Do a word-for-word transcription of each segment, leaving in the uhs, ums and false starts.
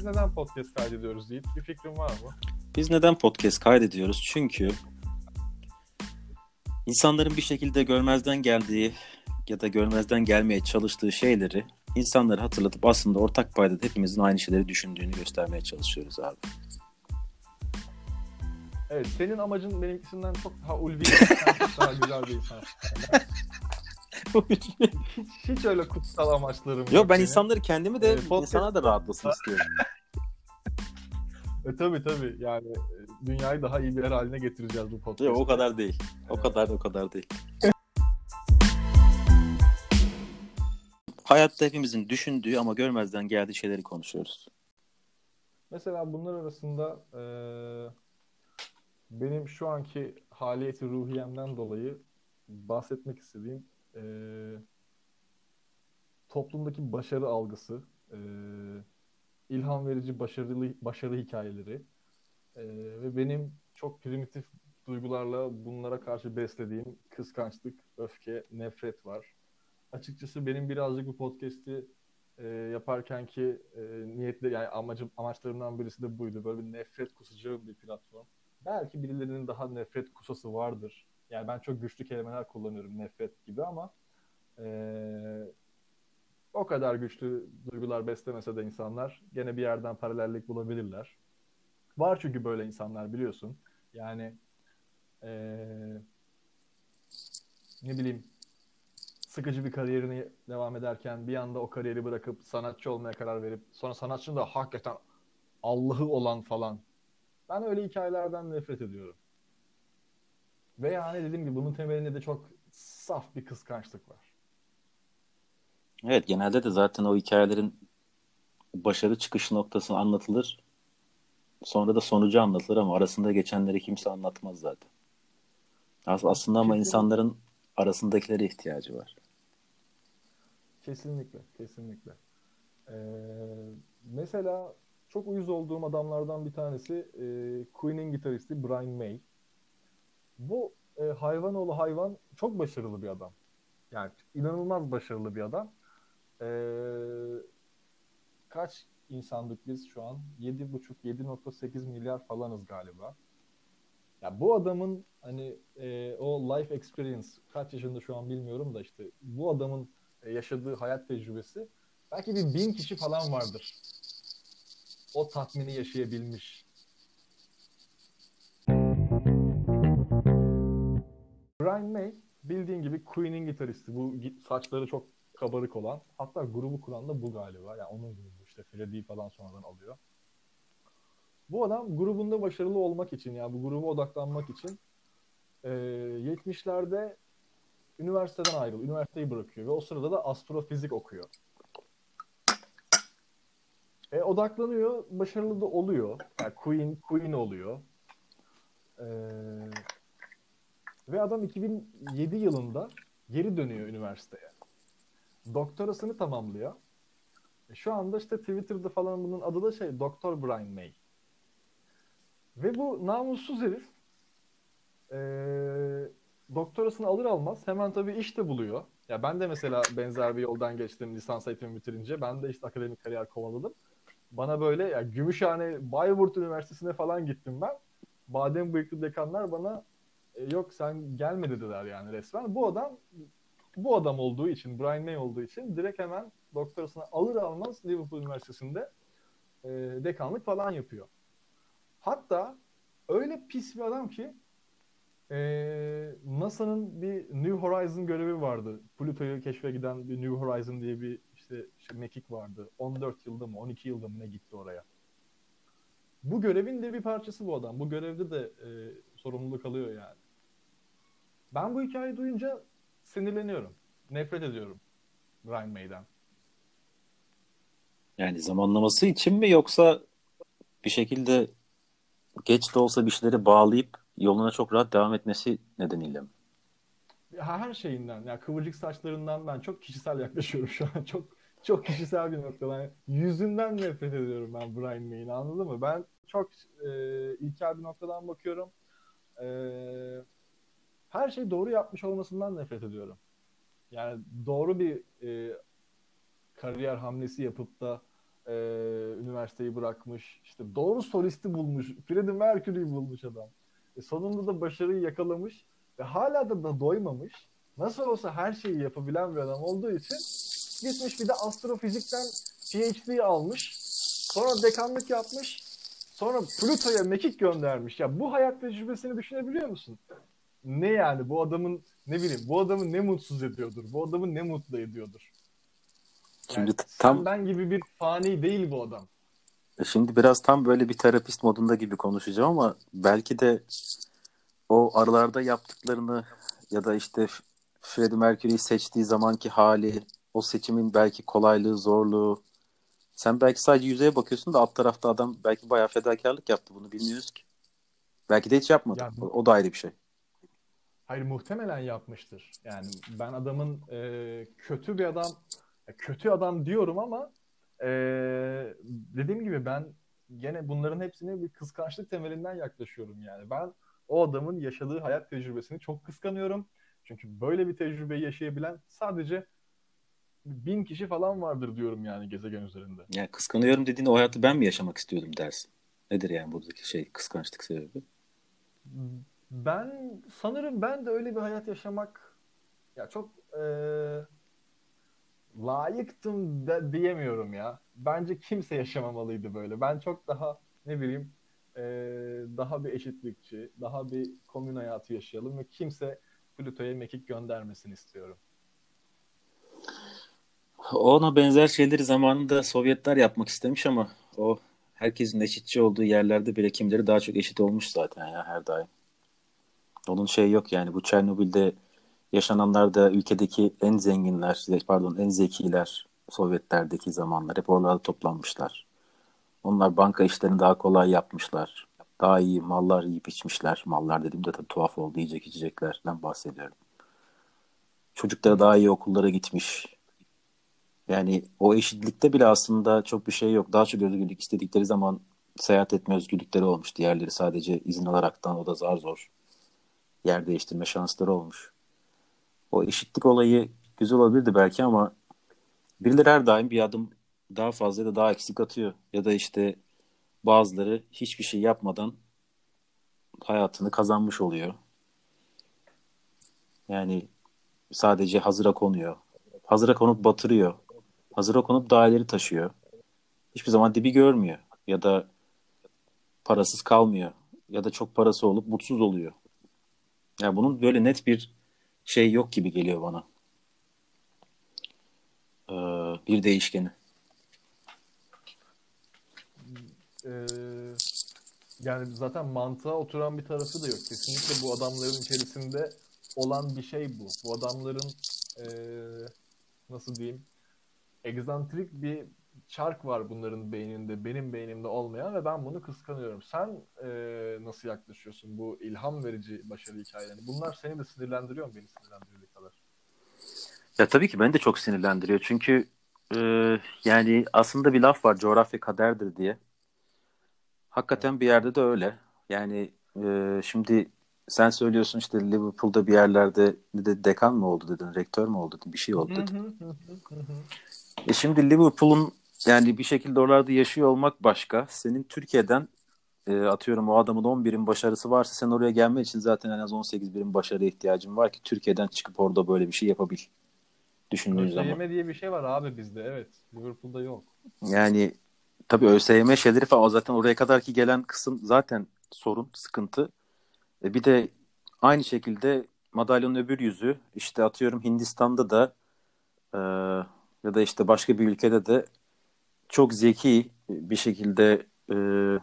neden podcast kaydediyoruz Yiğit? Bir fikrin var mı? Biz neden podcast kaydediyoruz? Çünkü insanların bir şekilde görmezden geldiği ya da görmezden gelmeye çalıştığı şeyleri insanlara hatırlatıp aslında ortak paydada hepimizin aynı şeyleri düşündüğünü göstermeye çalışıyoruz abi. Evet, senin amacın benimkisinden çok daha ulvi, çok daha güzel bir insan. hiç, hiç öyle kutsal amaçlarım yok. Yok ben benim. insanları kendimi de ee, insana da rahatlasın istiyorum. e tabii tabii yani dünyayı daha iyi bir yer haline getireceğiz bu podcast'te. Yok o kadar değil. O ee... kadar o kadar değil. Hayatta hepimizin düşündüğü ama görmezden geldiği şeyleri konuşuyoruz. Mesela bunlar arasında e, benim şu anki haliyeti ruhiyemden dolayı bahsetmek istediğim e, toplumdaki başarı algısı, e, ilham verici başarılı başarı hikayeleri e, ve benim çok primitif duygularla bunlara karşı beslediğim kıskançlık, öfke, nefret var. Açıkçası benim birazcık bu podcast'i e, yaparken ki e, niyetle yani amacım amaçlarımdan birisi de buydu. Böyle bir nefret kusacağı bir platform. Belki birilerinin daha nefret kusası vardır. Yani ben çok güçlü kelimeler kullanıyorum nefret gibi ama e, o kadar güçlü duygular beslemese de insanlar gene bir yerden paralellik bulabilirler. Var çünkü böyle insanlar biliyorsun. Yani e, ne bileyim sıkıcı bir kariyerini devam ederken bir anda o kariyeri bırakıp sanatçı olmaya karar verip sonra sanatçının da hakikaten Allah'ı olan falan. Ben öyle hikayelerden nefret ediyorum. Ve yani dediğim gibi bunun temelinde de çok saf bir kıskançlık var. Evet genelde de zaten o hikayelerin başarı çıkış noktası anlatılır. Sonra da sonucu anlatılır ama arasında geçenleri kimse anlatmaz zaten. Aslında kesinlikle. Ama insanların arasındakilere ihtiyacı var. Kesinlikle, kesinlikle. Ee, mesela çok uyuz olduğum adamlardan bir tanesi e, Queen'in gitaristi Brian May. Bu e, hayvanoğlu hayvan çok başarılı bir adam. Yani inanılmaz başarılı bir adam. Ee, kaç insandık biz şu an? yedi buçuk yedi nokta sekiz milyar falanız galiba. Ya bu adamın hani e, o life experience kaç yaşında şu an bilmiyorum da işte bu adamın e, yaşadığı hayat tecrübesi belki bir bin kişi falan vardır. O tatmini yaşayabilmiş. Brian May bildiğin gibi Queen'in gitaristi. Bu saçları çok kabarık olan. Hatta grubu kuran da bu galiba. Yani onun grubu işte Freddie falan sonradan alıyor. Bu adam grubunda başarılı olmak için yani bu gruba odaklanmak için e, yetmişlerde üniversiteden ayrılıyor. Üniversiteyi bırakıyor ve o sırada da astrofizik okuyor. E, odaklanıyor, başarılı da oluyor. Yani Queen, Queen oluyor. E, ve adam iki bin yedi yılında geri dönüyor üniversiteye. Doktorasını tamamlıyor. E, şu anda işte Twitter'da falan bunun adı da şey Doktor Brian May. Ve bu namussuz herif e, doktorasını alır almaz hemen tabii iş de buluyor. Ya ben de mesela benzer bir yoldan geçtim lisans eğitimi bitirince. Ben de işte akademik kariyer kovaladım. Bana böyle ya Gümüşhane, Bayburt Üniversitesi'ne falan gittim ben. Badem bıyıklı dekanlar bana e, yok sen gelme dediler yani resmen. Bu adam bu adam olduğu için, Brian May olduğu için direkt hemen doktorasını alır almaz Liverpool Üniversitesi'nde e, dekanlık falan yapıyor. Hatta öyle pis bir adam ki e, NASA'nın bir New Horizon görevi vardı. Plüto'yu keşfe giden bir New Horizon diye bir işte, işte mekik vardı. on dört yılda mı on iki yılda mı ne gitti oraya. Bu görevin de bir parçası bu adam. Bu görevde de e, sorumluluk alıyor yani. Ben bu hikayeyi duyunca sinirleniyorum. Nefret ediyorum Brian May'den. Yani zamanlaması için mi yoksa bir şekilde geç de olsa bir şeyleri bağlayıp yoluna çok rahat devam etmesi nedeniyle mi? Her şeyinden, yani kıvırcık saçlarından ben çok kişisel yaklaşıyorum şu an. Çok çok kişisel bir noktada. Yani yüzünden nefret ediyorum ben Brian May'in, anladın mı? Ben çok e, ilkel bir noktadan bakıyorum. E, her şeyi doğru yapmış olmasından nefret ediyorum. Yani doğru bir e, kariyer hamlesi yapıp da e, üniversiteyi bırakmış. İşte doğru solisti bulmuş. Freddie Mercury'yi bulmuş adam. E, sonunda da başarıyı yakalamış ve hala da, da doymamış. Nasıl olsa her şeyi yapabilen bir adam olduğu için gitmiş bir de astrofizikten P H D almış. Sonra dekanlık yapmış. Sonra Plüto'ya mekik göndermiş. Ya bu hayat tecrübesini düşünebiliyor musun? Ne yani bu adamın, ne bileyim, bu adamı ne mutsuz ediyordur? Bu adamı ne mutlu ediyordur? Yani Şimdi t- sen tam ben gibi bir fani değil bu adam. şimdi biraz tam böyle bir terapist modunda gibi konuşacağım ama belki de o aralarda yaptıklarını ya da işte F- Freddie Mercury'yi seçtiği zamanki hali, o seçimin belki kolaylığı, zorluğu. Sen belki sadece yüzeye bakıyorsun da alt tarafta adam belki bayağı fedakarlık yaptı. Bunu bilmiyoruz ki. Belki de hiç yapmadı. Ya O, o da ayrı bir şey. hayır, muhtemelen yapmıştır. Yani ben adamın e, kötü bir adam, kötü adam diyorum ama e, dediğim gibi ben gene bunların hepsine bir kıskançlık temelinden yaklaşıyorum yani. Ben o adamın yaşadığı hayat tecrübesini çok kıskanıyorum. Çünkü böyle bir tecrübeyi yaşayabilen sadece bin kişi falan vardır diyorum yani gezegen üzerinde. Yani kıskanıyorum dediğin o hayatı ben mi yaşamak istiyordum dersin. Nedir yani buradaki şey kıskançlık sebebi? Ben sanırım ben de öyle bir hayat yaşamak ya çok e, layıktım da diyemiyorum ya. Bence kimse yaşamamalıydı böyle. Ben çok daha ne bileyim e, daha bir eşitlikçi, daha bir komün hayatı yaşayalım ve kimse Plüto'ya mekik göndermesin istiyorum. Ona benzer şeyleri zamanında Sovyetler yapmak istemiş ama o herkesin eşitçi olduğu yerlerde bile kimleri daha çok eşit olmuş zaten ya her daim. Onun şey yok yani bu Çernobil'de yaşananlarda ülkedeki en zenginler, pardon en zekiler Sovyetlerdeki zamanlar hep oralarda toplanmışlar. Onlar banka işlerini daha kolay yapmışlar. Daha iyi mallar yiyip içmişler. Mallar dediğimde tabii tuhaf oldu. Yiyecek içeceklerden bahsediyorum. Hı Çocukları hı. daha iyi okullara gitmiş. Yani o eşitlikte bile aslında çok bir şey yok. Daha çok özgürlük istedikleri zaman seyahat etme özgürlükleri olmuş. Diğerleri sadece izin alaraktan o da zar zor yer değiştirme şansları olmuş. O eşitlik olayı güzel olabilirdi belki ama birileri her daim bir adım daha fazla ya da daha eksik atıyor. Ya da işte bazıları hiçbir şey yapmadan hayatını kazanmış oluyor. Yani sadece hazıra konuyor. Hazıra konup batırıyor. Hazıra konup daha ileri taşıyor. Hiçbir zaman dibi görmüyor. Ya da parasız kalmıyor. Ya da çok parası olup mutsuz oluyor. Yani bunun böyle net bir şey yok gibi geliyor bana. Ee, bir değişkeni. Ee, Yani zaten mantığa oturan bir tarafı da yok. Kesinlikle bu adamların içerisinde olan bir şey bu. Bu adamların ee, nasıl diyeyim, egzantrik bir çark var bunların beyninde, benim beynimde olmayan ve ben bunu kıskanıyorum. Sen e, nasıl yaklaşıyorsun bu ilham verici başarı hikayelerine? Bunlar seni de sinirlendiriyor mu beni sinirlendirdiği kadar? Ya tabii ki beni de çok sinirlendiriyor. Çünkü e, yani aslında bir laf var coğrafya kaderdir diye. Evet. Hakikaten bir yerde de öyle. Yani e, şimdi sen söylüyorsun işte Liverpool'da bir yerlerde de dekan mı oldu dedin, rektör mü oldu dedin, bir şey oldu Hı dedin. hı hı hı hı hı. E şimdi Liverpool'un yani bir şekilde oralarda yaşıyor olmak başka. Senin Türkiye'den e, atıyorum o adamın on birin başarısı varsa sen oraya gelmen için zaten en az on sekiz birin başarıya ihtiyacın var ki Türkiye'den çıkıp orada böyle bir şey yapabil düşündüğün zaman. ÖSYM diye bir şey var abi bizde. Evet. Liverpool'da yok. Yani tabii ÖSYM şeyleri falan o zaten oraya kadar ki gelen kısım zaten sorun, sıkıntı. E bir de aynı şekilde madalyonun öbür yüzü işte atıyorum Hindistan'da da e, ya da işte başka bir ülkede de çok zeki bir şekilde e,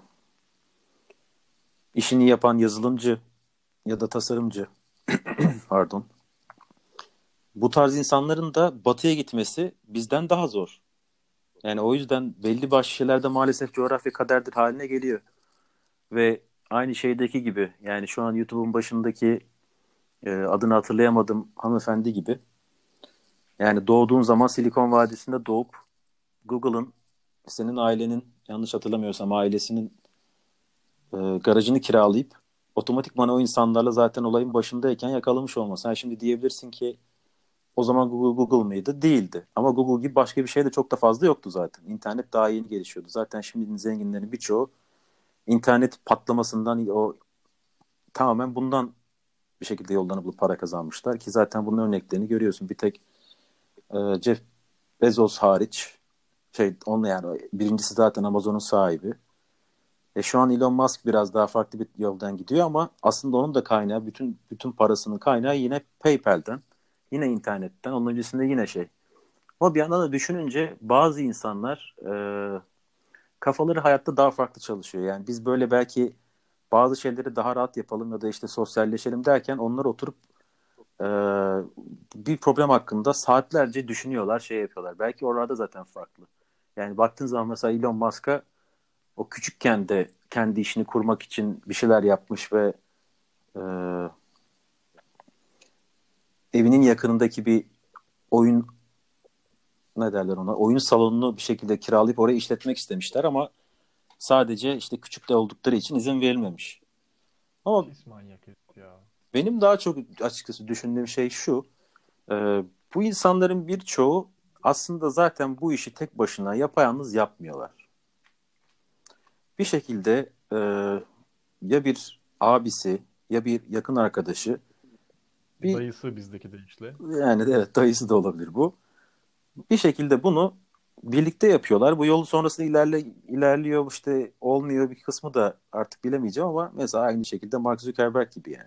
işini yapan yazılımcı ya da tasarımcı pardon. Bu tarz insanların da batıya gitmesi bizden daha zor. Yani o yüzden belli başlı şeylerde maalesef coğrafya kaderdir haline geliyor. Ve aynı şeydeki gibi yani şu an YouTube'un başındaki e, adını hatırlayamadım hanımefendi gibi. Yani doğduğun zaman Silikon Vadisi'nde doğup Google'ın senin ailenin yanlış hatırlamıyorsam ailesinin e, garajını kiralayıp otomatikman o insanlarla zaten olayın başındayken yakalamış olması. Sen şimdi diyebilirsin ki O zaman Google Google mıydı? Değildi. Ama Google gibi başka bir şey de çok da fazla yoktu zaten. İnternet daha yeni gelişiyordu. Zaten şimdinin zenginlerin birçoğu internet patlamasından o tamamen bundan bir şekilde yollarını bulup para kazanmışlar ki zaten bunun örneklerini görüyorsun. Bir tek e, Jeff Bezos hariç şey onunla yani birincisi zaten Amazon'un sahibi. E şu an Elon Musk biraz daha farklı bir yoldan gidiyor ama aslında onun da kaynağı bütün bütün parasının kaynağı yine PayPal'den. Yine internetten. Onun öncesinde yine şey. Ama bir yandan da düşününce bazı insanlar e, kafaları hayatta daha farklı çalışıyor. Yani biz böyle belki bazı şeyleri daha rahat yapalım ya da işte sosyalleşelim derken onlar oturup e, bir problem hakkında saatlerce düşünüyorlar, şey yapıyorlar. Belki oralarda zaten farklı. Yani baktığın zaman mesela Elon Musk'a o küçükken de kendi işini kurmak için bir şeyler yapmış ve e, evinin yakınındaki bir oyun ne derler ona oyun salonunu bir şekilde kiralayıp oraya işletmek istemişler ama sadece işte küçük de oldukları için izin verilmemiş. Ama Pis manyak herif ya. benim daha çok açıkçası düşündüğüm şey şu. e, Bu insanların birçoğu aslında zaten bu işi tek başına yapayalnız yapmıyorlar. Bir şekilde e, ya bir abisi ya bir yakın arkadaşı bir Dayısı bizdeki deyişle. yani evet dayısı da olabilir bu. Bir şekilde bunu birlikte yapıyorlar. Bu yolu sonrasında ilerle, ilerliyor işte olmuyor bir kısmı da artık bilemeyeceğim ama mesela aynı şekilde Mark Zuckerberg gibi yani.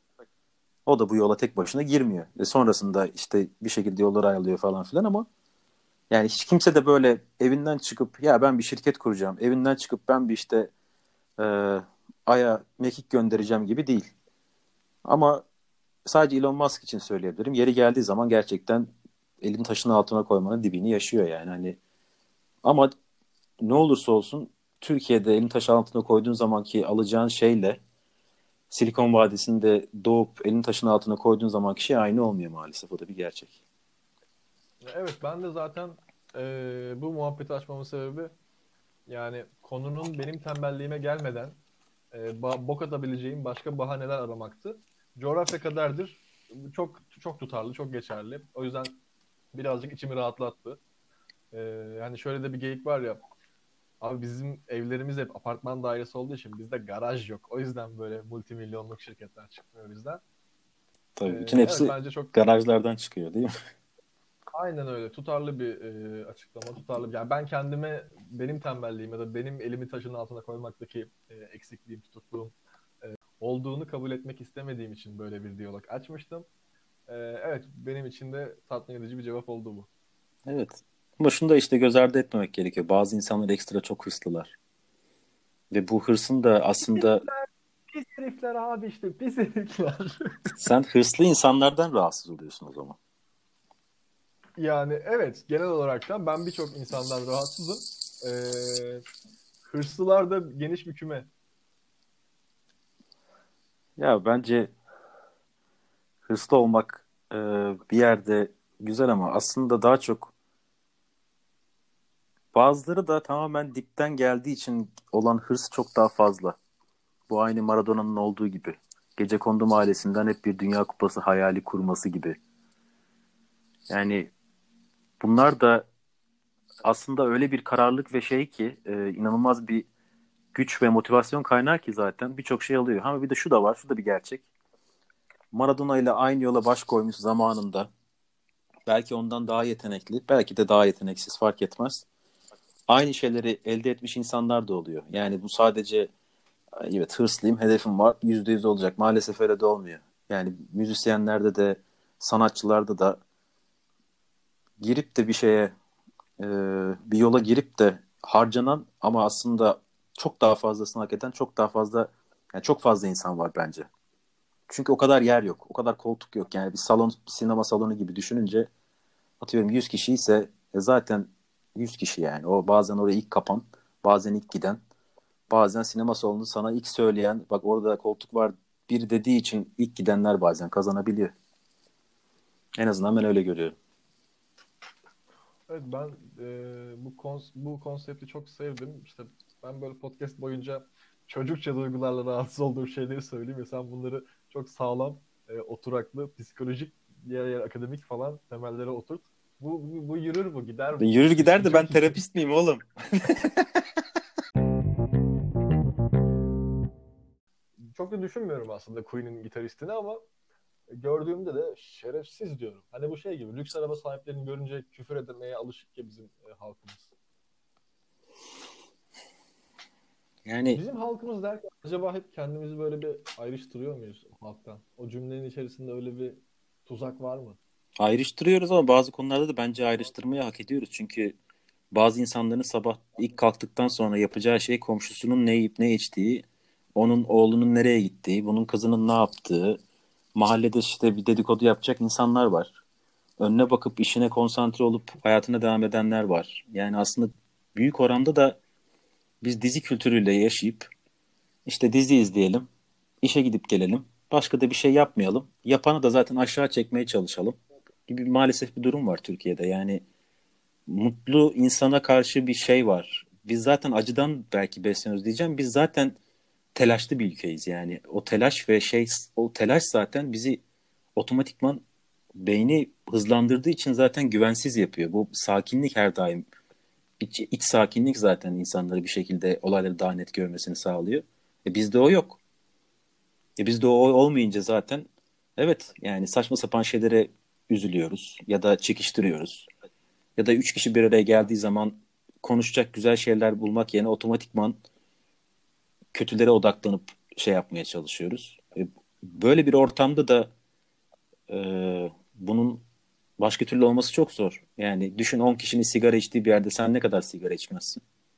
O da bu yola tek başına girmiyor. E sonrasında işte bir şekilde yolları ayrılıyor falan filan ama yani hiç kimse de böyle evinden çıkıp ya ben bir şirket kuracağım. Evinden çıkıp ben bir işte e, Ay'a mekik göndereceğim gibi değil. Ama sadece Elon Musk için söyleyebilirim. Yeri geldiği zaman gerçekten elini taşın altına koymanın dibini yaşıyor yani. Hani ama ne olursa olsun Türkiye'de elini taşın altına koyduğun zamanki alacağın şeyle Silikon Vadisi'nde doğup elini taşın altına koyduğun zamanki şey aynı olmuyor maalesef. O da bir gerçek. Evet, ben de zaten eee, bu muhabbeti açmamın sebebi yani konunun benim tembelliğime gelmeden e, ba- bok atabileceğim başka bahaneler aramaktı. Coğrafya kaderdir. Çok çok tutarlı, çok geçerli. O yüzden birazcık içimi rahatlattı. Ee, yani şöyle de bir geyik var ya. Abi bizim evlerimiz hep apartman dairesi olduğu için bizde garaj yok. O yüzden böyle multimilyonluk şirketler çıkmıyor bizden. Ee, Tabii bütün evet, hepsi bence çok garajlardan çıkıyor değil mi? aynen öyle. Tutarlı bir e, açıklama, tutarlı bir. Yani ben kendime, benim tembelliğim ya da benim elimi taşın altına koymaktaki e, eksikliğim, tutukluğum olduğunu kabul etmek istemediğim için böyle bir diyalog açmıştım. Ee, evet, benim için de tatmin edici bir cevap oldu bu. Evet. Ama şunu da işte göz ardı etmemek gerekiyor. Bazı insanlar ekstra çok hırslılar. Ve bu hırsın da aslında Pis herifler abi, işte pis herifler. sen hırslı insanlardan rahatsız oluyorsun o zaman. Yani evet, genel olarak ben birçok insandan rahatsızım. Ee, hırslılar da geniş bir küme. Ya bence hırslı olmak e, bir yerde güzel ama aslında daha çok bazıları da tamamen dipten geldiği için olan hırs çok daha fazla. Bu aynı Maradona'nın olduğu gibi. Gecekondu mahallesinden hep bir Dünya Kupası hayali kurması gibi. Yani bunlar da aslında öyle bir kararlılık ve şey ki e, inanılmaz bir güç ve motivasyon kaynağı ki zaten birçok şey alıyor. Ama bir de şu da var, şu da bir gerçek. Maradona ile aynı yola baş koymuş zamanında. Belki ondan daha yetenekli, belki de daha yeteneksiz fark etmez. Aynı şeyleri elde etmiş insanlar da oluyor. Yani bu sadece evet hırslıyım, hedefim var, yüzde yüz olacak. Maalesef öyle de olmuyor. Yani müzisyenlerde de, sanatçılarda da girip de bir şeye, e, bir yola girip de harcanan ama aslında çok daha fazlasını hak eden çok daha fazla, yani çok fazla insan var bence. Çünkü o kadar yer yok, o kadar koltuk yok. Yani bir salon, bir sinema salonu gibi düşününce atıyorum yüz kişi ise e zaten yüz kişi yani. O bazen oraya ilk kapan, bazen ilk giden, bazen sinema salonu sana ilk söyleyen, bak orada koltuk var bir dediği için ilk gidenler bazen kazanabiliyor. En azından ben öyle görüyorum. Evet, ben e, bu kons bu konsepti çok sevdim. İşte ben böyle podcast boyunca çocukça duygularla rahatsız olduğum şeyleri söyleyeyim ve sen bunları çok sağlam, e, oturaklı, psikolojik diğer yer akademik falan temellere oturt. Bu, bu, bu yürür bu gider bu. Yürür gider de ben Çok iyi. terapist miyim oğlum? Çok da düşünmüyorum aslında Queen'in gitaristini ama gördüğümde de şerefsiz diyorum. Hani bu şey gibi lüks araba sahiplerini görünce küfür etmeye alışık ya bizim e, halkımız. Yani Bizim halkımız derken acaba hep kendimizi böyle bir ayrıştırıyor muyuz halktan? O cümlenin içerisinde öyle bir tuzak var mı? ayrıştırıyoruz ama bazı konularda da bence ayrıştırmayı hak ediyoruz. Çünkü bazı insanların sabah ilk kalktıktan sonra yapacağı şey komşusunun ne yiyip ne içtiği, onun oğlunun nereye gittiği, bunun kızının ne yaptığı, mahallede işte bir dedikodu yapacak insanlar var. Önüne bakıp işine konsantre olup hayatına devam edenler var. Yani aslında büyük oranda da biz dizi kültürüyle yaşayıp işte dizi izleyelim, işe gidip gelelim, başka da bir şey yapmayalım. Yapanı da zaten aşağı çekmeye çalışalım gibi maalesef bir durum var Türkiye'de. Yani mutlu insana karşı bir şey var. Biz zaten acıdan belki besleniyoruz diyeceğim. Biz zaten telaşlı bir ülkeyiz yani. O telaş ve şey o telaş zaten bizi otomatikman beyni hızlandırdığı için zaten güvensiz yapıyor. Bu sakinlik her daim iç, iç sakinlik zaten insanları bir şekilde olayları daha net görmesini sağlıyor. E bizde o yok. E bizde o olmayınca zaten evet yani saçma sapan şeylere üzülüyoruz ya da çekiştiriyoruz. Ya da üç kişi bir araya geldiği zaman konuşacak güzel şeyler bulmak yerine otomatikman kötülere odaklanıp şey yapmaya çalışıyoruz. E, böyle bir ortamda da e, bunun başka türlü olması çok zor. Yani düşün on kişinin sigara içtiği bir yerde sen ne kadar sigara içmezsin?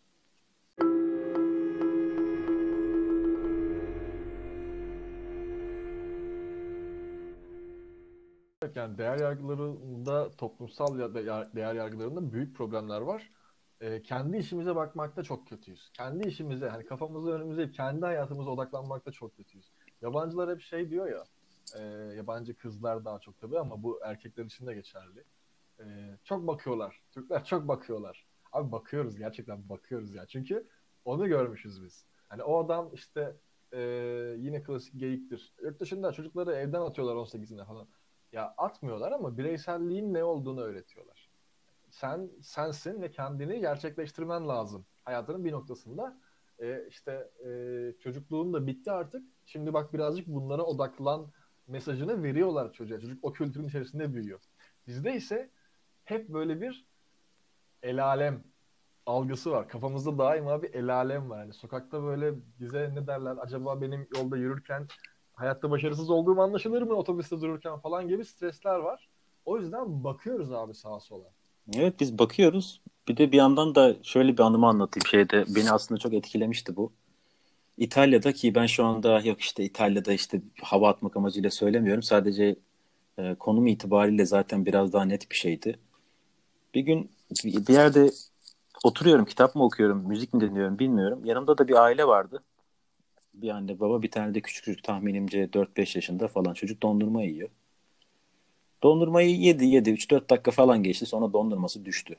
Evet, yani değer yargılarında toplumsal ya da değer yargılarında büyük problemler var. Ee, kendi işimize bakmakta çok kötüyüz. Kendi işimize, hani kafamızı önümüze, kendi hayatımıza odaklanmakta çok kötüyüz. Yabancılar hep şey diyor ya, e, yabancı kızlar daha çok tabii ama bu erkekler için de geçerli. Ee, çok bakıyorlar. Türkler çok bakıyorlar. Abi bakıyoruz, gerçekten bakıyoruz ya. Çünkü onu görmüşüz biz. Hani o adam işte e, yine klasik geyiktir. Yurt dışında çocukları evden atıyorlar on sekizinde falan. Ya atmıyorlar ama bireyselliğin ne olduğunu öğretiyorlar. Sen sensin ve kendini gerçekleştirmen lazım. Hayatının bir noktasında e, işte e, çocukluğun da bitti artık. Şimdi bak birazcık bunlara odaklan mesajını veriyorlar çocuğa. Çocuk o kültürün içerisinde büyüyor. Bizde ise hep böyle bir el alem algısı var. Kafamızda daima bir el alem var. Yani sokakta böyle bize ne derler? Acaba benim yolda yürürken hayatta başarısız olduğum anlaşılır mı? Otobüste dururken falan gibi stresler var. O yüzden bakıyoruz abi sağa sola. Evet biz bakıyoruz. Bir de bir yandan da şöyle bir anımı anlatayım şeyde. Beni aslında çok etkilemişti bu. İtalya'da ki ben şu anda yok işte İtalya'da işte hava atmak amacıyla söylemiyorum. Sadece e, konum itibariyle zaten biraz daha net bir şeydi. Bir gün bir yerde oturuyorum, kitap mı okuyorum, müzik mi dinliyorum bilmiyorum. Yanımda da bir aile vardı. Bir anne baba, bir tane de küçük çocuk tahminimce dört beş yaşında falan. Çocuk dondurma yiyor. Dondurmayı yedi yedi üç dört dakika falan geçti sonra dondurması düştü.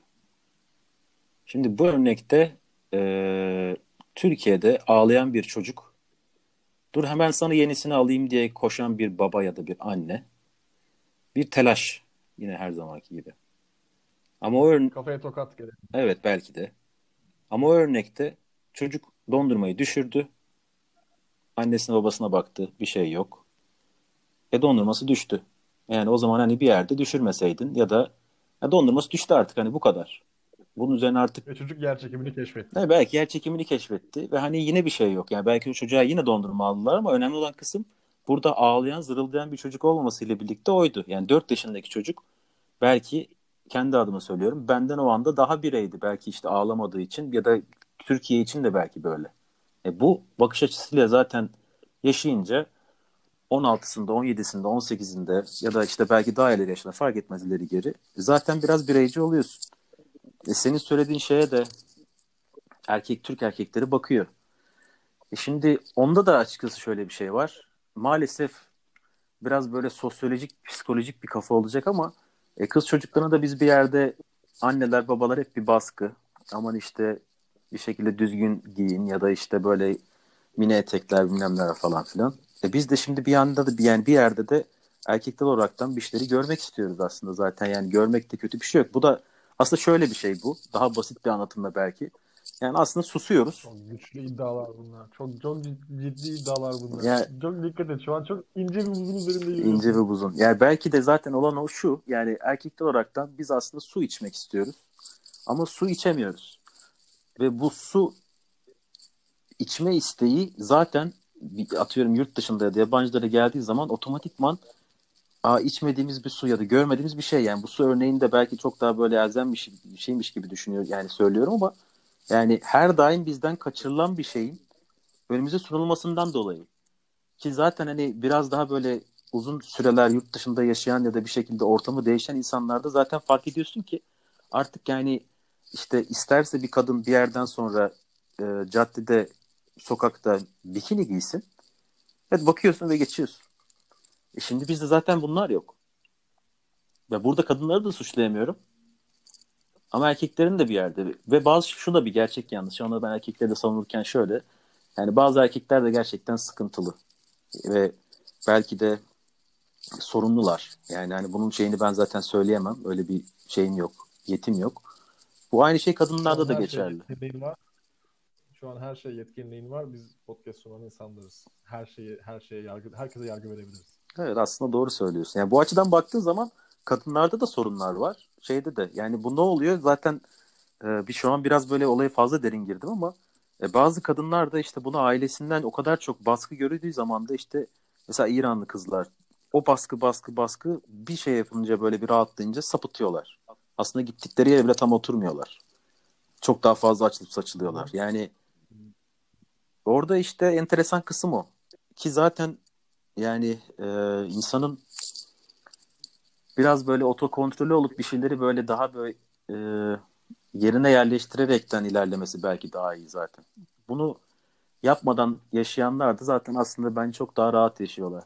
Şimdi bu örnekte e, Türkiye'de ağlayan bir çocuk, dur hemen sana yenisini alayım diye koşan bir baba ya da bir anne, bir telaş yine her zamanki gibi. Ama o ör- Kafaya tokat gerek. evet belki de. Ama o örnekte çocuk dondurmayı düşürdü. Annesine babasına baktı. Bir şey yok. E dondurması düştü. Yani o zaman hani bir yerde düşürmeseydin ya da ya dondurması düştü artık hani bu kadar. Bunun üzerine artık Ve çocuk yer çekimini keşfetti. ne belki yer çekimini keşfetti ve hani yine bir şey yok. Yani belki o çocuğa yine dondurma aldılar ama önemli olan kısım burada ağlayan, zırıldayan bir çocuk olmamasıyla birlikte oydu. Yani dört yaşındaki çocuk belki kendi adıma söylüyorum benden o anda daha bireydi. Belki işte ağlamadığı için ya da Türkiye için de belki böyle. E bu bakış açısıyla zaten yaşayınca on altısında, on yedisinde, on sekizinde ya da işte belki daha ileri yaşında fark etmez ileri geri. Zaten biraz bireyci oluyorsun. E senin söylediğin şeye de erkek Türk erkekleri bakıyor. E şimdi onda da açıkçası şöyle bir şey var. Maalesef biraz böyle sosyolojik, psikolojik bir kafa olacak ama e, kız çocuklarına da biz bir yerde anneler, babalar hep bir baskı. Aman işte bir şekilde düzgün giyin ya da işte böyle mini etekler bilmem neler falan filan. E biz de şimdi bir yanda da bir yani bir yerde de erkekler olaraktan bir şeyleri görmek istiyoruz aslında zaten. Yani görmekte kötü bir şey yok. Bu da aslında şöyle bir şey bu. Daha basit bir anlatımla belki. Yani aslında susuyoruz. Çok güçlü iddialar bunlar. Çok çok cid- ciddi iddialar bunlar. Yani Çok dikkat et. Şu an çok ince bir buzun üzerinde ince yürüyorsun. ve uzun. Yani belki de zaten olan o şu. Yani erkekler olaraktan biz aslında su içmek istiyoruz. Ama su içemiyoruz. Ve bu su içme isteği zaten atıyorum yurt dışında ya da yabancılara geldiği zaman otomatikman Aa, içmediğimiz bir su ya da görmediğimiz bir şey. Yani bu su örneğinde belki çok daha böyle elzem bir, şey, bir şeymiş gibi düşünüyor yani söylüyorum ama yani her daim bizden kaçırılan bir şeyin önümüze sunulmasından dolayı. Ki zaten hani biraz daha böyle uzun süreler yurt dışında yaşayan ya da bir şekilde ortamı değişen insanlarda zaten fark ediyorsun ki artık yani işte isterse bir kadın bir yerden sonra e, caddede, sokakta bikini giysin. Evet bakıyorsun ve geçiyorsun. E şimdi bizde zaten bunlar yok. Ve burada kadınları da suçlayamıyorum. Ama erkeklerin de bir yerde. Ve bazı şu da bir gerçek yanlış. Onu ben erkekleri de savunurken şöyle. Yani bazı erkekler de gerçekten sıkıntılı. Ve belki de sorunlular. Yani hani bunun şeyini ben zaten söyleyemem. Öyle bir şeyim yok. Yetim yok. Bu aynı şey Şu an kadınlarda da her şey geçerli. yetkinliğin var. Şu an her şey yetkinliğin var. Biz podcast sunan insanlarız. Her şeyi her şeye yargı herkese yargı verebiliriz. Evet aslında doğru söylüyorsun. Yani bu açıdan baktığın zaman kadınlarda da sorunlar var. Şeyde de yani bu ne oluyor? Zaten e, bir şu an biraz böyle olaya fazla derin girdim ama e, bazı kadınlar da işte bunu ailesinden o kadar çok baskı gördüğü zaman da işte mesela İranlı kızlar o baskı baskı baskı bir şey yapınca böyle bir rahatlayınca sapıtıyorlar. Aslında gittikleri yere bile tam oturmuyorlar. Çok daha fazla açılıp saçılıyorlar. Hı. Yani orada işte enteresan kısım o. Ki zaten yani e, insanın biraz böyle otokontrolü olup bir şeyleri böyle daha böyle e, yerine yerleştirerekten ilerlemesi belki daha iyi zaten. Bunu yapmadan yaşayanlar da zaten aslında bence çok daha rahat yaşıyorlar.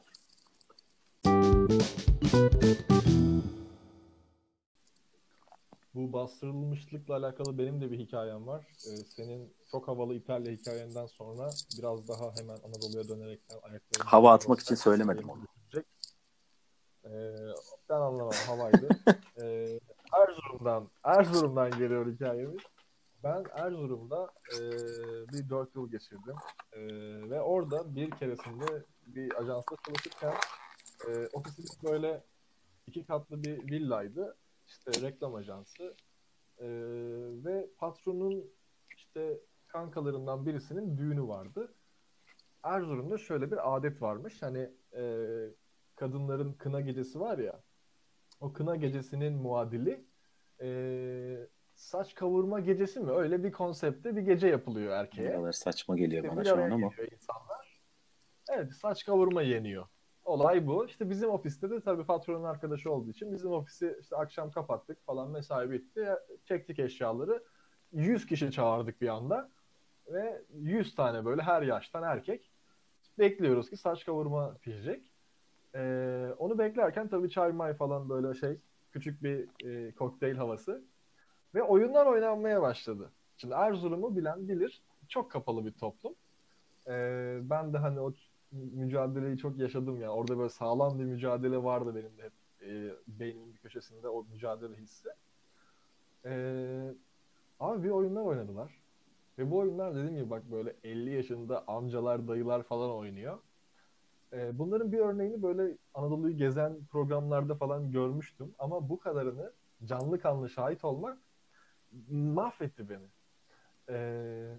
Bu bastırılmışlıkla alakalı benim de bir hikayem var. Ee, senin çok havalı İtalya hikayenden sonra biraz daha hemen Anadolu'ya dönerekten ayaklarımızı Hava biraz atmak için Roskilde söylemedim seviyemize onu. götürecek. Ee, Ben anlamam havaydı. Ee, Erzurum'dan Erzurum'dan geliyor hikayemiz. Ben Erzurum'da e, bir dört yıl geçirdim. E, ve orada bir keresinde bir ajansta çalışırken e, ofisimiz böyle iki katlı bir villaydı. İşte reklam ajansı. E, Ve patronun işte kankalarından birisinin düğünü vardı. Erzurum'da şöyle bir adet varmış. Hani e, kadınların kına gecesi var ya. O kına gecesinin muadili e, saç kavurma gecesi mi? Öyle bir konsepte bir gece yapılıyor Ne erkeğe. kadar saçma geliyor İşte bana bir şu araya an ama. geliyor insanlar. Evet, saç kavurma yeniyor. Olay bu. İşte bizim ofiste de tabii patronun arkadaşı olduğu için bizim ofisi işte akşam kapattık falan, mesai bitti. Çektik eşyaları. yüz kişi çağırdık bir anda ve yüz tane böyle her yaştan erkek. Bekliyoruz ki saç kavurma pişecek. Ee, onu beklerken tabii çay may falan böyle şey, küçük bir e, kokteyl havası. Ve oyunlar oynanmaya başladı. Şimdi Erzurum'u bilen bilir. Çok kapalı bir toplum. Ee, ben de hani o mücadeleyi çok yaşadım ya. Orada böyle sağlam bir mücadele vardı benim de hep e, beynimin bir köşesinde o mücadele hissi. Ee, Abi bir oyunlar oynadılar. Ve bu oyunlar dediğim gibi bak böyle elli yaşında amcalar, dayılar falan oynuyor. Ee, bunların bir örneğini böyle Anadolu'yu gezen programlarda falan görmüştüm. Ama bu kadarını canlı kanlı şahit olmak mahvetti beni. Ee,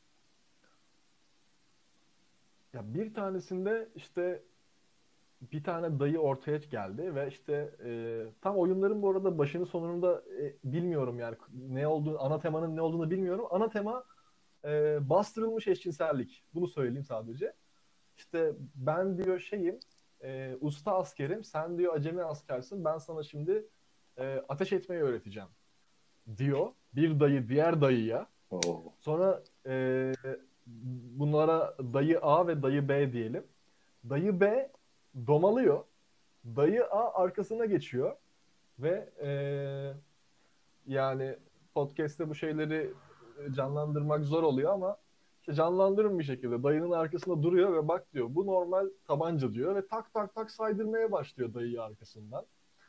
Ya bir tanesinde işte bir tane dayı ortaya geldi ve işte e, tam oyunların bu arada başını sonunu da e, bilmiyorum yani ne olduğunu, ana temanın ne olduğunu bilmiyorum. Ana tema e, bastırılmış eşcinsellik. Bunu söyleyeyim sadece. İşte ben diyor şeyim, e, usta askerim, sen diyor acemi askersin, ben sana şimdi e, ateş etmeyi öğreteceğim diyor. Bir dayı diğer dayıya. Oo. Sonra e, bunlara dayı A ve dayı B diyelim. Dayı B domalıyor. Dayı A arkasına geçiyor ve e, yani podcast'te bu şeyleri canlandırmak zor oluyor ama canlandırın bir şekilde. Dayının arkasında duruyor ve bak diyor bu normal tabanca diyor ve tak tak tak saydırmaya başlıyor dayıyı arkasından.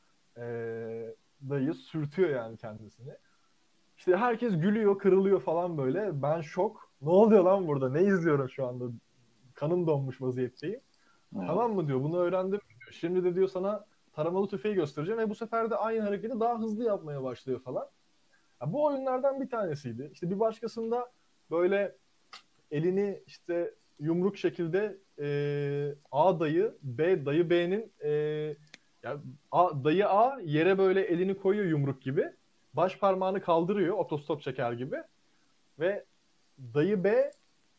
Ee, dayı sürtüyor yani kendisini. İşte herkes gülüyor, kırılıyor falan böyle. Ben şok. Ne oluyor lan burada? Ne izliyorum şu anda? Kanım donmuş vaziyetteyim. Evet. Tamam mı diyor. Bunu öğrendim diyor. Şimdi de diyor sana taramalı tüfeği göstereceğim ve bu sefer de aynı hareketi daha hızlı yapmaya başlıyor falan. Ya bu oyunlardan bir tanesiydi. İşte bir başkasında böyle elini işte yumruk şekilde e, A dayı, B dayı B'nin e, ya A, dayı A yere böyle elini koyuyor yumruk gibi. Baş parmağını kaldırıyor otostop çeker gibi ve dayı B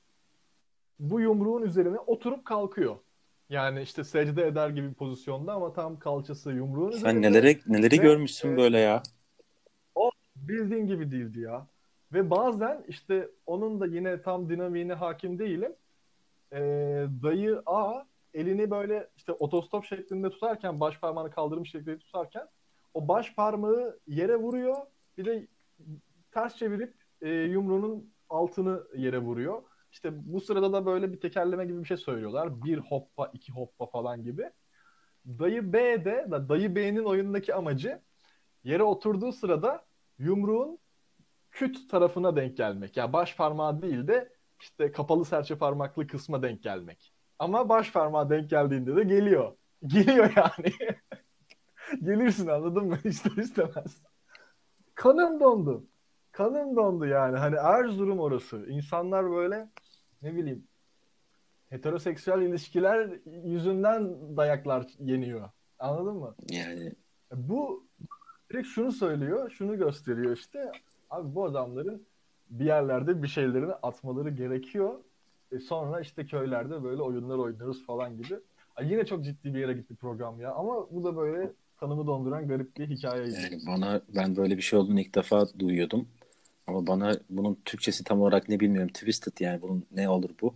bu yumruğun üzerine oturup kalkıyor. Yani işte secde eder gibi bir pozisyonda ama tam kalçası yumruğun Sen üzerinde neleri neleri ve görmüşsün e, böyle ya. o bildiğin gibi değildi ya. Ve bazen işte onun da yine tam dinamiğine hakim değilim. E, dayı A elini böyle işte otostop şeklinde tutarken baş parmağını kaldırmış şekilde tutarken o baş parmağı yere vuruyor. Bir de ters çevirip e, yumruğunun altını yere vuruyor. İşte bu sırada da böyle bir tekerleme gibi bir şey söylüyorlar. Bir hoppa, iki hoppa falan gibi. Dayı B de, Dayı B'nin oyundaki amacı yere oturduğu sırada yumruğun küt tarafına denk gelmek. Yani baş parmağı değil de işte kapalı serçe parmaklı kısma denk gelmek. Ama baş parmağı denk geldiğinde de geliyor. Geliyor yani. Gelirsin anladın mı? İster istemez. Kanım dondu. Kanım dondu yani. Hani Erzurum orası. İnsanlar böyle ne bileyim heteroseksüel ilişkiler yüzünden dayaklar yeniyor. Anladın mı? Yani Bu direkt şunu söylüyor, şunu gösteriyor işte. Abi bu adamların bir yerlerde bir şeylerini atmaları gerekiyor. E sonra işte köylerde böyle oyunlar oynuyoruz falan gibi. Ay yine çok ciddi bir yere gitti program ya. Ama bu da böyle kanımı donduran garip bir hikayeydi. yani bana ben böyle bir şey olduğunu ilk defa duyuyordum. Ama bana bunun Türkçesi tam olarak ne bilmiyorum. Twisted yani bunun ne olur bu?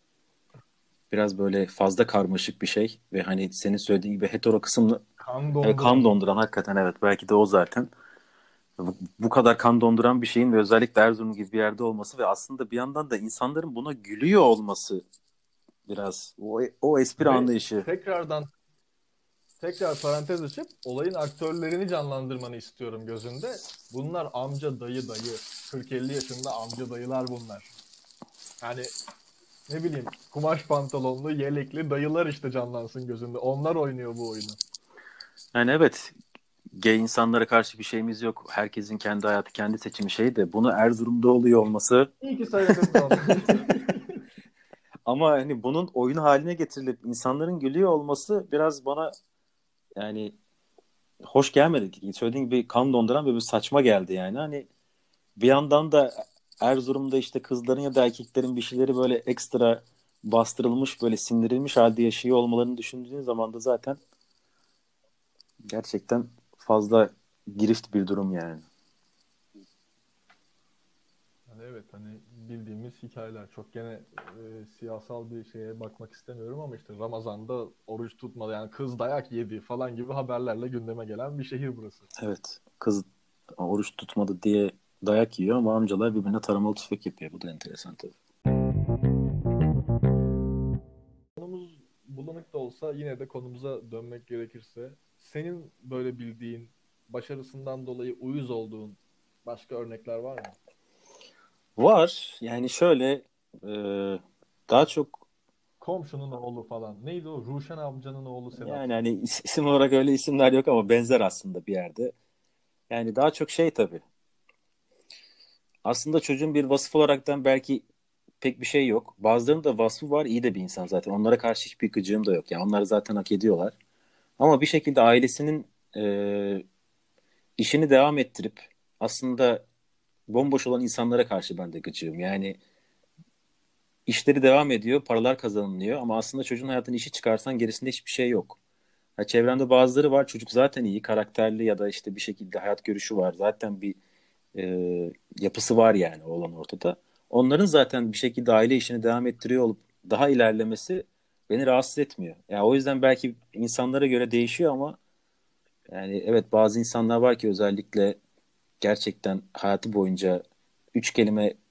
Biraz böyle fazla karmaşık bir şey ve hani senin söylediğin gibi hetero kısımlı Kan evet, kan donduran. donduran hakikaten evet belki de o zaten. Bu, bu kadar kan donduran bir şeyin ve özellikle Erzurum gibi bir yerde olması ve aslında bir yandan da insanların buna gülüyor olması biraz o, o espri Ve anlayışı. tekrardan tekrar parantez açıp olayın aktörlerini canlandırmanı istiyorum gözünde. Bunlar amca dayı dayı. kırk elli yaşında amca dayılar bunlar. Yani ne bileyim kumaş pantolonlu yelekli dayılar işte canlansın gözünde. Onlar oynuyor bu oyunu. Yani evet gay insanlara karşı bir şeyimiz yok. Herkesin kendi hayatı, kendi seçimi şey de bunu Erzurum'da oluyor olması İyi ki söyledin onu. ama hani bunun oyun haline getirilip insanların gülüyor olması biraz bana yani hoş gelmedi. Söylediğin gibi kan donduran ve bir saçma geldi yani. Hani bir yandan da Erzurum'da işte kızların ya da erkeklerin bir şeyleri böyle ekstra bastırılmış böyle sindirilmiş halde yaşıyor olmalarını düşündüğün zaman da zaten gerçekten fazla girift bir durum yani. Yani evet hani bildiğimiz hikayeler çok gene e, siyasal bir şeye bakmak istemiyorum ama işte Ramazan'da oruç tutmadı yani kız dayak yedi falan gibi haberlerle gündeme gelen bir şehir burası. Evet kız oruç tutmadı diye dayak yiyor ama amcalar birbirine taramalı tüfek yapıyor. Bu da enteresan tabii. Konumuz bulanık da olsa yine de konumuza dönmek gerekirse senin böyle bildiğin başarısından dolayı uyuz olduğun başka örnekler var mı? Var yani şöyle e, daha çok Komşunun oğlu falan. Neydi o? Ruşen amcanın oğlu Sedat. yani hani is- isim olarak öyle isimler yok ama benzer aslında bir yerde. Yani daha çok şey tabii. Aslında çocuğun bir vasıf olaraktan belki pek bir şey yok. Bazılarının da vasfı var, iyi de bir insan zaten. Onlara karşı hiçbir gıcığım da yok. Yani onları zaten hak ediyorlar. Ama bir şekilde ailesinin e, işini devam ettirip aslında bomboş olan insanlara karşı ben de gıcığım. Yani işleri devam ediyor, paralar kazanılıyor ama aslında çocuğun hayatını işi çıkarsan gerisinde hiçbir şey yok. Ha, çevremde bazıları var. Çocuk zaten iyi, karakterli ya da işte bir şekilde hayat görüşü var. Zaten bir e, yapısı var yani olan ortada. Onların zaten bir şekilde aile işini devam ettiriyor olup daha ilerlemesi beni rahatsız etmiyor. Yani o yüzden belki insanlara göre değişiyor ama yani evet bazı insanlar var ki özellikle gerçekten hayatı boyunca üç kelime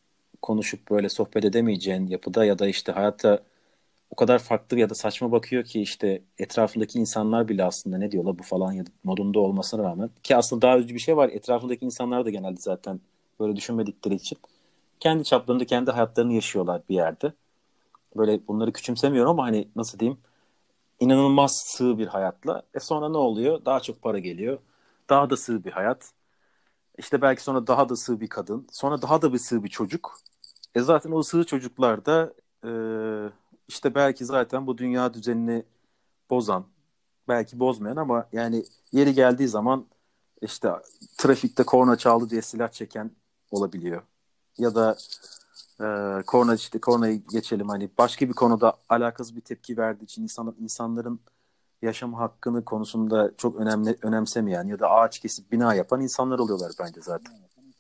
konuşup böyle sohbet edemeyeceğin yapıda ya da işte hayatta o kadar farklı ya da saçma bakıyor ki işte etrafındaki insanlar bile aslında ne diyorlar bu falan ya modunda olmasına rağmen ki aslında daha üzücü bir şey var. Etrafındaki insanlar da genelde zaten böyle düşünmedikleri için kendi çaplarında kendi hayatlarını yaşıyorlar bir yerde. Böyle bunları küçümsemiyorum ama hani nasıl diyeyim inanılmaz sığ bir hayatla. E sonra ne oluyor? Daha çok para geliyor. Daha da sığ bir hayat. İşte belki sonra daha da sığ bir kadın. Sonra daha da bir sığ bir çocuk. E zaten o sığ çocuklar da e, işte belki zaten bu dünya düzenini bozan, belki bozmayan ama yani yeri geldiği zaman işte trafikte korna çaldı diye silah çeken olabiliyor. Ya da e, korna işte kornayı geçelim hani başka bir konuda alakasız bir tepki verdiği için insan, insanların yaşam hakkını konusunda çok önemli önemsemeyen ya da ağaç kesip bina yapan insanlar oluyorlar bence zaten.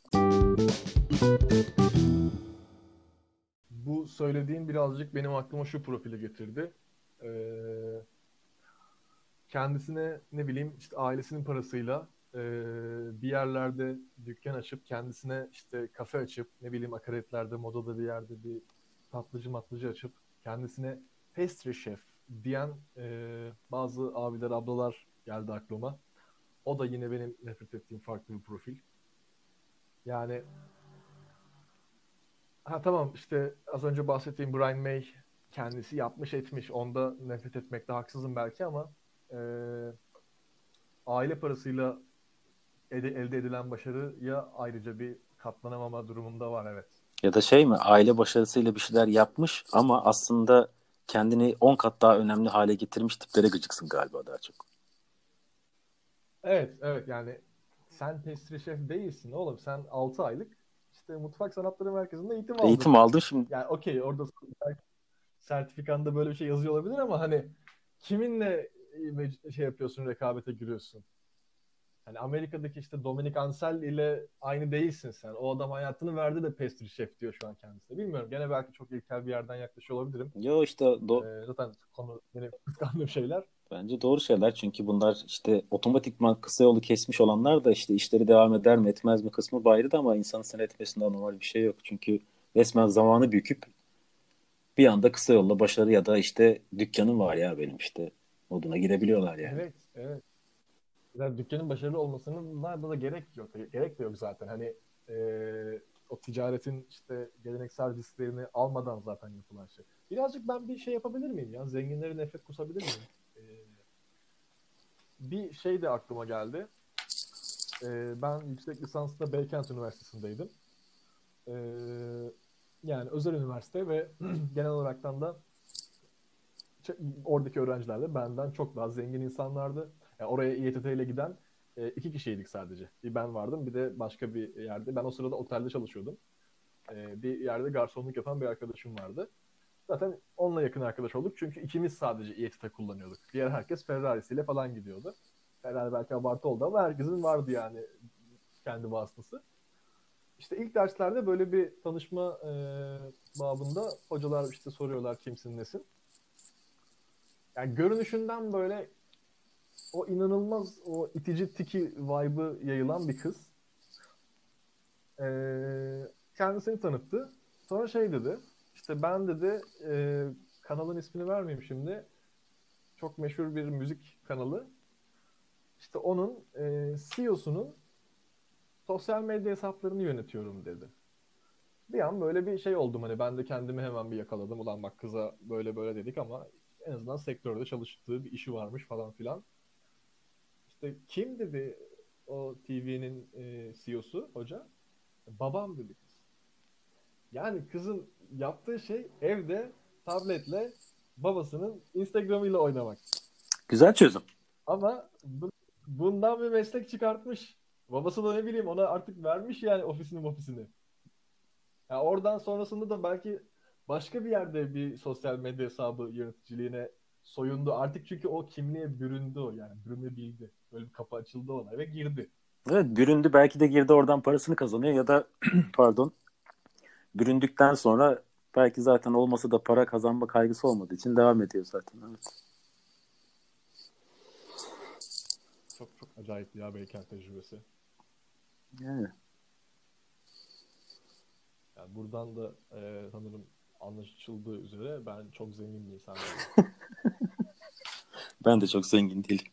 Bu söylediğin birazcık benim aklıma şu profili getirdi. Ee, Kendisine ne bileyim işte ailesinin parasıyla e, bir yerlerde dükkan açıp kendisine işte kafe açıp ne bileyim akaretlerde modada bir yerde bir tatlıcı matlıcı açıp kendisine pastry chef diyen e, bazı abiler ablalar geldi aklıma. O da yine benim nefret ettiğim farklı bir profil. Yani ha tamam işte az önce bahsettiğim Brian May kendisi yapmış etmiş. Onda nefret etmekte haksızım belki ama e, aile parasıyla ede- elde edilen başarıya ayrıca bir katlanamama durumunda var, evet. Ya da şey mi aile başarısıyla bir şeyler yapmış ama aslında kendini on kat daha önemli hale getirmiş tiplere gıcıksın galiba daha çok. Evet, evet yani sen pastry şef değilsin oğlum. Sen altı aylık işte mutfak sanatları merkezinde eğitim Eğitim aldın. aldım şimdi. Yani okey orada sertifikanda böyle bir şey yazıyor olabilir ama hani kiminle e, şey yapıyorsun, rekabete giriyorsun? Hani Amerika'daki işte Dominic Ansel ile aynı değilsin sen. O adam hayatını verdi de pastry şef diyor şu an kendisine. Bilmiyorum. Gene belki çok ilkel bir yerden yaklaşıyor olabilirim. Yo işte do Ee, zaten konu benim kıskandığım şeyler. bence doğru şeyler çünkü bunlar işte otomatikman kısa yolu kesmiş olanlar da işte işleri devam eder mi etmez mi kısmı ayrı da ama insanın sen etmesinde normal bir şey yok. Çünkü resmen zamanı büküp bir anda kısa yolla başarı ya da işte dükkanım var ya benim işte moduna girebiliyorlar yani. Evet, evet. Zaten dükkanın başarılı olmasının da da gerek yok. Gerek de yok zaten. Hani e, o ticaretin işte geleneksel risklerini almadan zaten yapılan şey. Birazcık ben bir şey yapabilir miyim ya? Zenginlere nefret kusabilir miyim? E, bir şey de aklıma geldi. E, ben yüksek lisansta Beykent Üniversitesi'ndeydim. E, Yani özel üniversite ve genel olaraktan da oradaki öğrenciler de benden çok daha zengin insanlardı. Yani oraya İETT ile giden e, iki kişiydik sadece. Bir ben vardım, bir de başka bir yerde. Ben o sırada otelde çalışıyordum. E, bir yerde garsonluk yapan bir arkadaşım vardı. Zaten onunla yakın arkadaş olduk. Çünkü ikimiz sadece İETT kullanıyorduk. Diğer herkes Ferrari'siyle falan gidiyordu. Ferrari belki abartı oldu ama herkesin vardı yani kendi vasıtası. İşte ilk derslerde böyle bir tanışma e, babında hocalar işte soruyorlar kimsin nesin. Yani görünüşünden böyle o inanılmaz o itici tiki vibe'ı yayılan bir kız. Ee, Kendisini tanıttı. Sonra şey dedi. İşte ben dedi e, kanalın ismini vermeyeyim şimdi. Çok meşhur bir müzik kanalı. İşte onun e, C E O'sunun sosyal medya hesaplarını yönetiyorum dedi. Bir an böyle bir şey oldum hani ben de kendimi hemen bir yakaladım. Ulan bak kıza böyle böyle dedik ama en azından sektörde çalıştığı bir işi varmış falan filan. İşte kim dedi o T V'nin e, C E O'su hoca? Babam dedi kız. Yani kızın yaptığı şey evde tabletle babasının Instagram'ıyla oynamak. Güzel çözüm. Ama bu- bundan bir meslek çıkartmış. Babası da ne bileyim ona artık vermiş yani ofisini ofisini. Yani oradan sonrasında da belki başka bir yerde bir sosyal medya hesabı yöneticiliğine soyundu. Artık çünkü o kimliğe büründü o yani. Bürünebildi. Böyle bir kapı açıldı ona ve girdi. Evet büründü belki de girdi oradan parasını kazanıyor ya da pardon büründükten sonra belki zaten olmasa da para kazanma kaygısı olmadığı için devam ediyor zaten. Evet. Çok çok acayip ya Beykent tecrübesi. Yani. Yani buradan da e, sanırım anlaşıldığı üzere ben çok zengin bir insan değilim. Ben de çok zengin değilim.